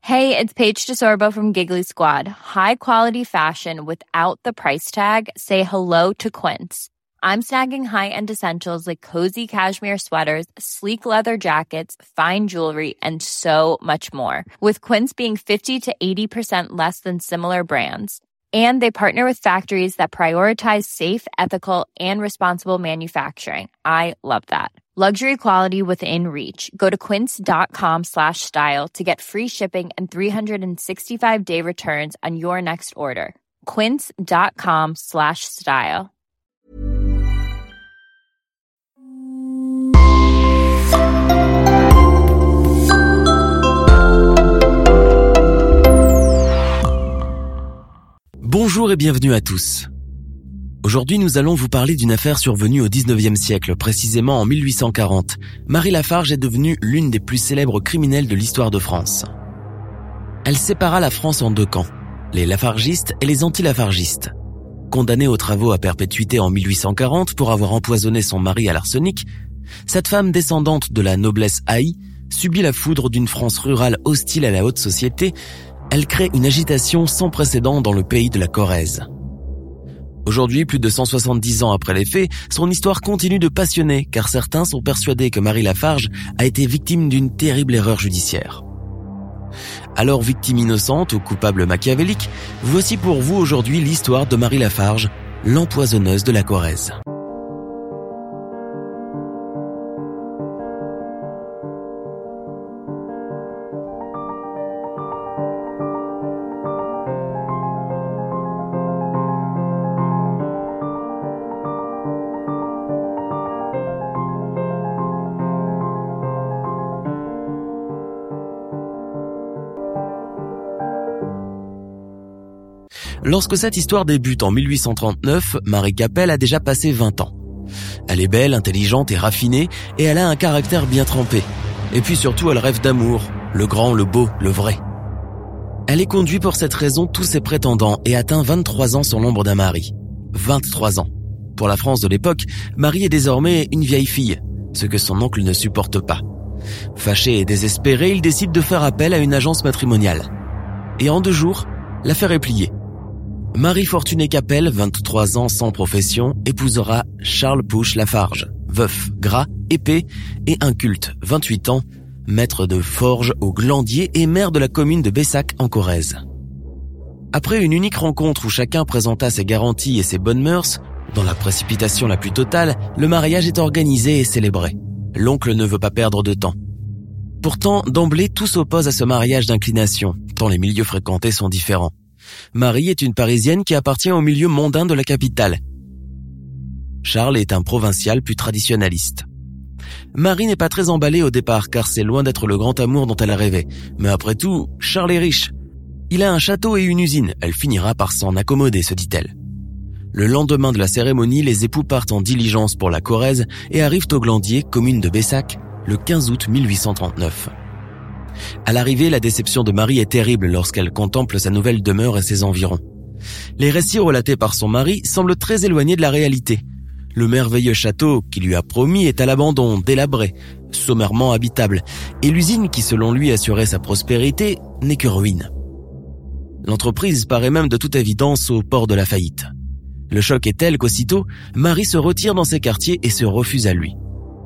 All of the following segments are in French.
Hey, it's Paige DeSorbo from Giggly Squad. High quality fashion without the price tag. Say hello to Quince. I'm snagging high-end essentials like cozy cashmere sweaters, sleek leather jackets, fine jewelry, and so much more. With Quince being 50 to 80% less than similar brands. And they partner with factories that prioritize safe, ethical, and responsible manufacturing. I love that. Luxury quality within reach. Go to quince.com/style to get free shipping and 365-day returns on your next order. Quince.com/style. Bonjour et bienvenue à tous. Aujourd'hui, nous allons vous parler d'une affaire survenue au 19e siècle, précisément en 1840. Marie Lafarge est devenue l'une des plus célèbres criminelles de l'histoire de France. Elle sépara la France en deux camps, les lafargistes et les anti-lafargistes. Condamnée aux travaux à perpétuité en 1840 pour avoir empoisonné son mari à l'arsenic, cette femme descendante de la noblesse haïe subit la foudre d'une France rurale hostile à la haute société. Elle crée une agitation sans précédent dans le pays de la Corrèze. Aujourd'hui, plus de 170 ans après les faits, son histoire continue de passionner car certains sont persuadés que Marie Lafarge a été victime d'une terrible erreur judiciaire. Alors victime innocente ou coupable machiavélique, voici pour vous aujourd'hui l'histoire de Marie Lafarge, l'empoisonneuse de la Corrèze. Lorsque cette histoire débute en 1839, Marie Capel a déjà passé 20 ans. Elle est belle, intelligente et raffinée, et elle a un caractère bien trempé. Et puis surtout, elle rêve d'amour, le grand, le beau, le vrai. Elle est conduite pour cette raison tous ses prétendants et atteint 23 ans sur l'ombre d'un mari. 23 ans. Pour la France de l'époque, Marie est désormais une vieille fille, ce que son oncle ne supporte pas. Fâché et désespéré, il décide de faire appel à une agence matrimoniale. Et en 2 jours, l'affaire est pliée. Marie Fortunée Capel, 23 ans sans profession, épousera Charles Pouche Lafarge, veuf, gras, épais et inculte, 28 ans, maître de forge au Glandier et maire de la commune de Bessac en Corrèze. Après une unique rencontre où chacun présenta ses garanties et ses bonnes mœurs, dans la précipitation la plus totale, le mariage est organisé et célébré. L'oncle ne veut pas perdre de temps. Pourtant, d'emblée, tout s'oppose à ce mariage d'inclination, tant les milieux fréquentés sont différents. Marie est une Parisienne qui appartient au milieu mondain de la capitale. Charles est un provincial plus traditionnaliste. Marie n'est pas très emballée au départ car c'est loin d'être le grand amour dont elle a rêvé. Mais après tout, Charles est riche. Il a un château et une usine. Elle finira par s'en accommoder, se dit-elle. Le lendemain de la cérémonie, les époux partent en diligence pour la Corrèze et arrivent au Glandier, commune de Bessac, le 15 août 1839. À l'arrivée, la déception de Marie est terrible lorsqu'elle contemple sa nouvelle demeure et ses environs. Les récits relatés par son mari semblent très éloignés de la réalité. Le merveilleux château qu'il lui a promis est à l'abandon, délabré, sommairement habitable, et l'usine qui selon lui assurait sa prospérité n'est que ruine. L'entreprise paraît même de toute évidence au bord de la faillite. Le choc est tel qu'aussitôt, Marie se retire dans ses quartiers et se refuse à lui.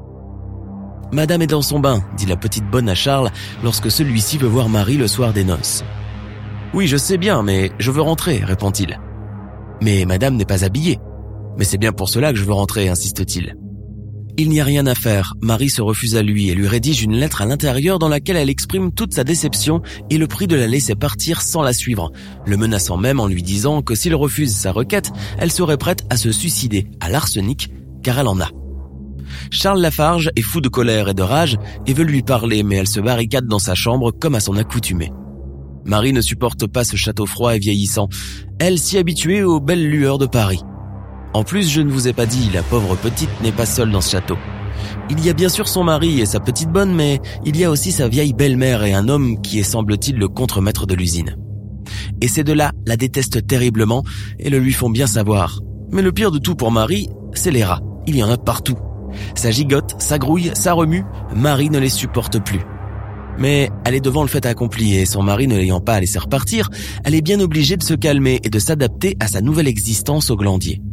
« Madame est dans son bain », dit la petite bonne à Charles lorsque celui-ci veut voir Marie le soir des noces. « Oui, je sais bien, mais je veux rentrer », répond-il. « Mais madame n'est pas habillée. »« Mais c'est bien pour cela que je veux rentrer », insiste-t-il. Il n'y a rien à faire, Marie se refuse à lui et lui rédige une lettre à l'intérieur dans laquelle elle exprime toute sa déception et le prie de la laisser partir sans la suivre, le menaçant même en lui disant que s'il refuse sa requête, elle serait prête à se suicider à l'arsenic, car elle en a. Charles Lafarge est fou de colère et de rage et veut lui parler, mais elle se barricade dans sa chambre comme à son accoutumée. Marie ne supporte pas ce château froid et vieillissant, elle s'y habituée aux belles lueurs de Paris. En plus, je ne vous ai pas dit, la pauvre petite n'est pas seule dans ce château. Il y a bien sûr son mari et sa petite bonne, mais il y a aussi sa vieille belle-mère et un homme qui est, semble-t-il, le contremaître de l'usine. Et ces deux-là la détestent terriblement et le lui font bien savoir. Mais le pire de tout pour Marie, c'est les rats. Il y en a partout. Ça gigote, ça grouille, ça remue, Marie ne les supporte plus. Mais elle est devant le fait accompli et son mari ne l'ayant pas laissé repartir, elle est bien obligée de se calmer et de s'adapter à sa nouvelle existence au Glandier.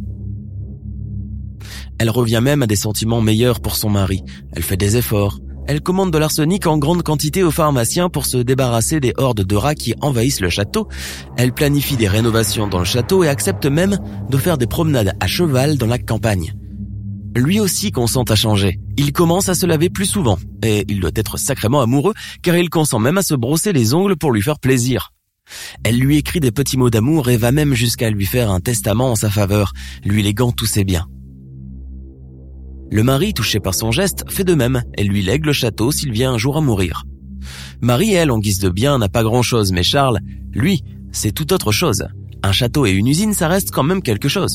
Elle revient même à des sentiments meilleurs pour son mari. Elle fait des efforts. Elle commande de l'arsenic en grande quantité aux pharmaciens pour se débarrasser des hordes de rats qui envahissent le château. Elle planifie des rénovations dans le château et accepte même de faire des promenades à cheval dans la campagne. Lui aussi consent à changer. Il commence à se laver plus souvent et il doit être sacrément amoureux car il consent même à se brosser les ongles pour lui faire plaisir. Elle lui écrit des petits mots d'amour et va même jusqu'à lui faire un testament en sa faveur, lui léguant tous ses biens. Le mari, touché par son geste, fait de même. Elle lui lègue le château s'il vient un jour à mourir. Marie, elle, en guise de bien, n'a pas grand-chose, mais Charles, lui, c'est tout autre chose. Un château et une usine, ça reste quand même quelque chose.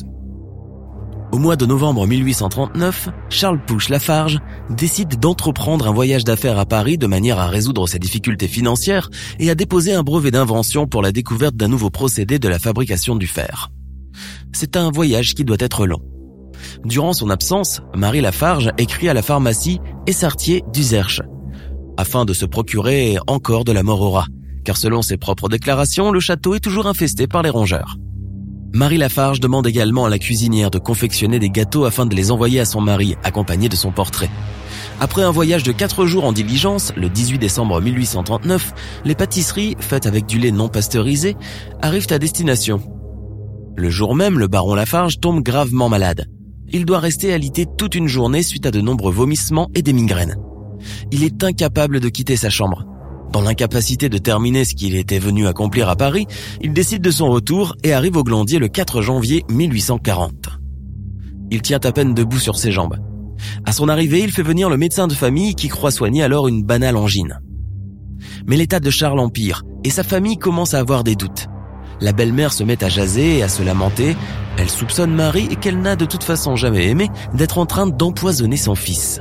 Au mois de novembre 1839, Charles Pouch-Lafarge décide d'entreprendre un voyage d'affaires à Paris de manière à résoudre ses difficultés financières et à déposer un brevet d'invention pour la découverte d'un nouveau procédé de la fabrication du fer. C'est un voyage qui doit être long. Durant son absence, Marie Lafarge écrit à la pharmacie Essartier d'Uzerche afin de se procurer encore de la mort aux rats, car selon ses propres déclarations, le château est toujours infesté par les rongeurs. Marie Lafarge demande également à la cuisinière de confectionner des gâteaux afin de les envoyer à son mari, accompagné de son portrait. Après un voyage de 4 jours en diligence, le 18 décembre 1839, les pâtisseries, faites avec du lait non pasteurisé, arrivent à destination. Le jour même, le baron Lafarge tombe gravement malade. Il doit rester alité toute une journée suite à de nombreux vomissements et des migraines. Il est incapable de quitter sa chambre. Dans l'incapacité de terminer ce qu'il était venu accomplir à Paris, il décide de son retour et arrive au Glandier le 4 janvier 1840. Il tient à peine debout sur ses jambes. À son arrivée, il fait venir le médecin de famille qui croit soigner alors une banale angine. Mais l'état de Charles empire et sa famille commence à avoir des doutes. La belle-mère se met à jaser et à se lamenter. Elle soupçonne Marie et qu'elle n'a de toute façon jamais aimé d'être en train d'empoisonner son fils.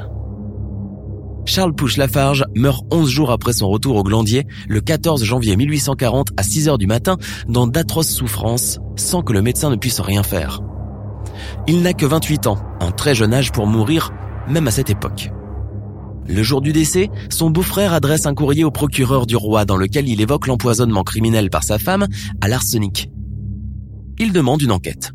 Charles Pouch-Lafarge meurt 11 jours après son retour au Glandier, le 14 janvier 1840 à 6h du matin, dans d'atroces souffrances, sans que le médecin ne puisse rien faire. Il n'a que 28 ans, un très jeune âge pour mourir, même à cette époque. Le jour du décès, son beau-frère adresse un courrier au procureur du roi dans lequel il évoque l'empoisonnement criminel par sa femme à l'arsenic. Il demande une enquête.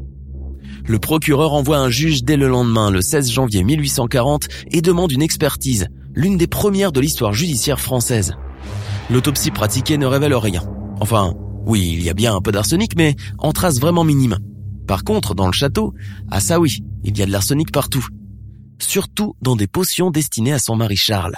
Le procureur envoie un juge dès le lendemain, le 16 janvier 1840, et demande une expertise, l'une des premières de l'histoire judiciaire française. L'autopsie pratiquée ne révèle rien. Enfin, oui, il y a bien un peu d'arsenic, mais en traces vraiment minimes. Par contre, dans le château, ah ça oui, il y a de l'arsenic partout. Surtout dans des potions destinées à son mari Charles.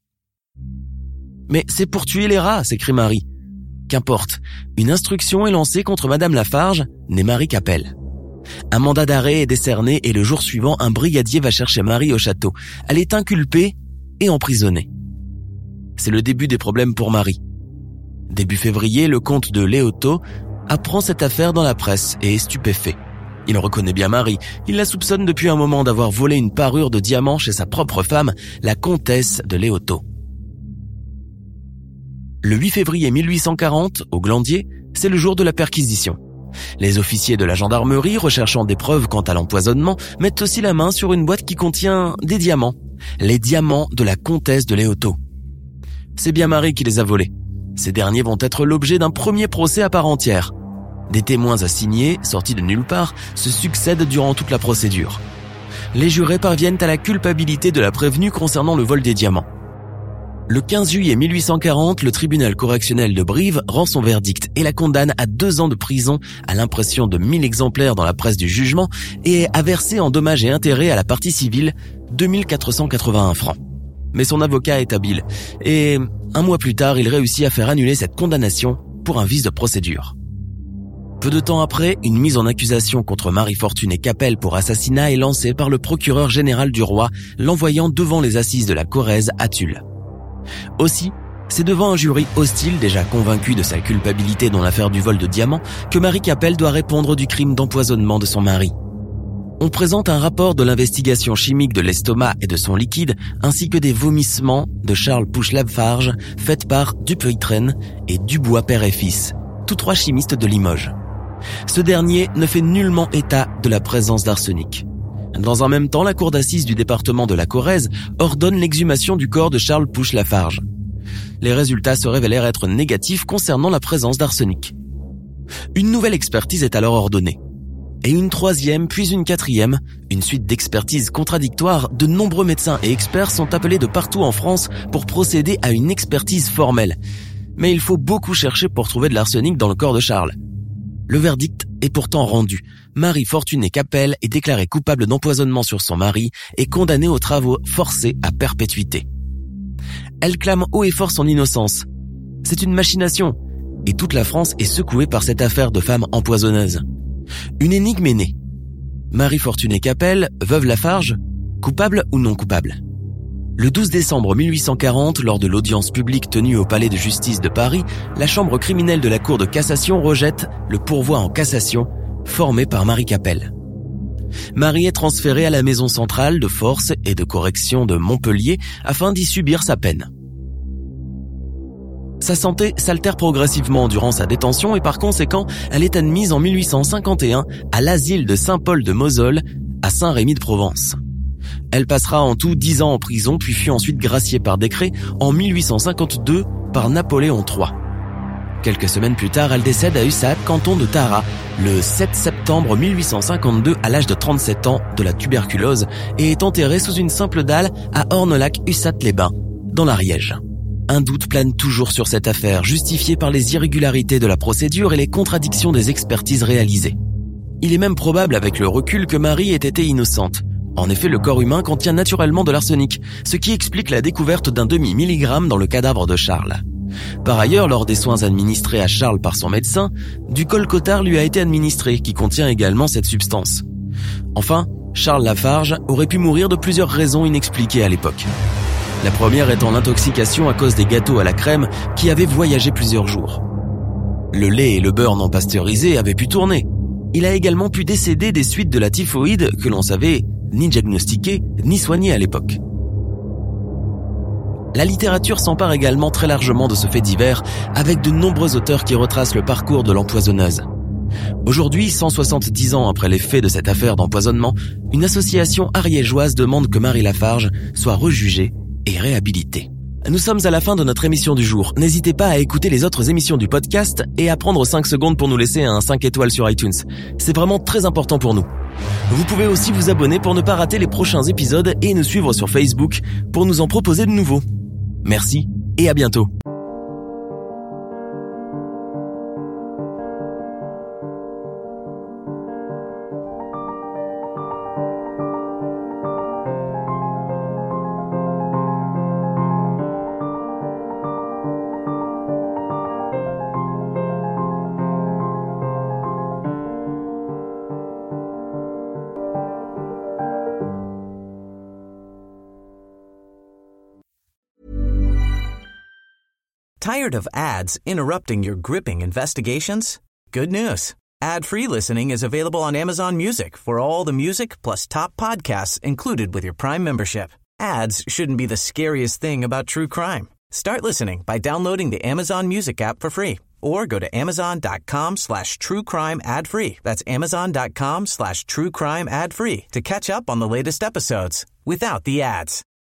Mais c'est pour tuer les rats, s'écrie Marie. Qu'importe, une instruction est lancée contre Madame Lafarge, née Marie Capel. Un mandat d'arrêt est décerné et le jour suivant, un brigadier va chercher Marie au château. Elle est inculpée et emprisonnée. C'est le début des problèmes pour Marie. Début février, le comte de Léoto apprend cette affaire dans la presse et est stupéfait. Il reconnaît bien Marie. Il la soupçonne depuis un moment d'avoir volé une parure de diamants chez sa propre femme, la comtesse de Léoto. Le 8 février 1840, au Glandier, c'est le jour de la perquisition. Les officiers de la gendarmerie, recherchant des preuves quant à l'empoisonnement, mettent aussi la main sur une boîte qui contient des diamants. Les diamants de la comtesse de Léoto. C'est bien Marie qui les a volés. Ces derniers vont être l'objet d'un premier procès à part entière. Des témoins assignés, sortis de nulle part, se succèdent durant toute la procédure. Les jurés parviennent à la culpabilité de la prévenue concernant le vol des diamants. Le 15 juillet 1840, le tribunal correctionnel de Brive rend son verdict et la condamne à 2 ans de prison à l'impression de 1000 exemplaires dans la presse du jugement et à verser en dommages et intérêts à la partie civile 2481 francs. Mais son avocat est habile et 1 mois plus tard, il réussit à faire annuler cette condamnation pour un vice de procédure. Peu de temps après, une mise en accusation contre Marie-Fortune et Capel pour assassinat est lancée par le procureur général du roi, l'envoyant devant les assises de la Corrèze à Tulle. Aussi, c'est devant un jury hostile déjà convaincu de sa culpabilité dans l'affaire du vol de diamants que Marie Capel doit répondre du crime d'empoisonnement de son mari. On présente un rapport de l'investigation chimique de l'estomac et de son liquide ainsi que des vomissements de Charles Pouch-Lafarge faits par Dupuytren et Dubois père et fils, tous 3 chimistes de Limoges. Ce dernier ne fait nullement état de la présence d'arsenic. Dans un même temps, la cour d'assises du département de la Corrèze ordonne l'exhumation du corps de Charles Pouch-Lafarge. Les résultats se révélèrent être négatifs concernant la présence d'arsenic. Une nouvelle expertise est alors ordonnée. Et une troisième, puis une quatrième, une suite d'expertises contradictoires, de nombreux médecins et experts sont appelés de partout en France pour procéder à une expertise formelle. Mais il faut beaucoup chercher pour trouver de l'arsenic dans le corps de Charles. Le verdict est pourtant rendu. Marie Fortuné Capel est déclarée coupable d'empoisonnement sur son mari et condamnée aux travaux forcés à perpétuité. Elle clame haut et fort son innocence. C'est une machination. Et toute la France est secouée par cette affaire de femme empoisonneuse. Une énigme est née. Marie Fortuné Capel, veuve Lafarge, coupable ou non coupable? Le 12 décembre 1840, lors de l'audience publique tenue au Palais de Justice de Paris, la chambre criminelle de la Cour de cassation rejette le pourvoi en cassation formé par Marie Capel. Marie est transférée à la maison centrale de force et de correction de Montpellier afin d'y subir sa peine. Sa santé s'altère progressivement durant sa détention et par conséquent, elle est admise en 1851 à l'asile de Saint-Paul de Mosole à Saint-Rémy-de-Provence. Elle passera en tout 10 ans en prison puis fut ensuite graciée par décret en 1852 par Napoléon III. Quelques semaines plus tard, elle décède à Ussat, canton de Tara, le 7 septembre 1852 à l'âge de 37 ans de la tuberculose et est enterrée sous une simple dalle à Ornolac-Ussat-les-Bains, dans l'Ariège. Un doute plane toujours sur cette affaire, justifié par les irrégularités de la procédure et les contradictions des expertises réalisées. Il est même probable avec le recul que Marie ait été innocente. En effet, le corps humain contient naturellement de l'arsenic, ce qui explique la découverte d'un demi-milligramme dans le cadavre de Charles. Par ailleurs, lors des soins administrés à Charles par son médecin, du colcotard lui a été administré, qui contient également cette substance. Enfin, Charles Lafarge aurait pu mourir de plusieurs raisons inexpliquées à l'époque. La première étant l'intoxication à cause des gâteaux à la crème qui avaient voyagé plusieurs jours. Le lait et le beurre non pasteurisé avaient pu tourner. Il a également pu décéder des suites de la typhoïde que l'on savait ni diagnostiquer ni soigner à l'époque. La littérature s'empare également très largement de ce fait divers, avec de nombreux auteurs qui retracent le parcours de l'empoisonneuse. Aujourd'hui, 170 ans après les faits de cette affaire d'empoisonnement, une association ariégeoise demande que Marie Lafarge soit rejugée et réhabilitée. Nous sommes à la fin de notre émission du jour. N'hésitez pas à écouter les autres émissions du podcast et à prendre 5 secondes pour nous laisser un 5 étoiles sur iTunes. C'est vraiment très important pour nous. Vous pouvez aussi vous abonner pour ne pas rater les prochains épisodes et nous suivre sur Facebook pour nous en proposer de nouveaux. Merci et à bientôt. Tired of ads interrupting your gripping investigations? Good news. Ad-free listening is available on Amazon Music for all the music plus top podcasts included with your Prime membership. Ads shouldn't be the scariest thing about true crime. Start listening by downloading the Amazon Music app for free or go to amazon.com/truecrime ad-free. That's amazon.com/truecrime ad-free to catch up on the latest episodes without the ads.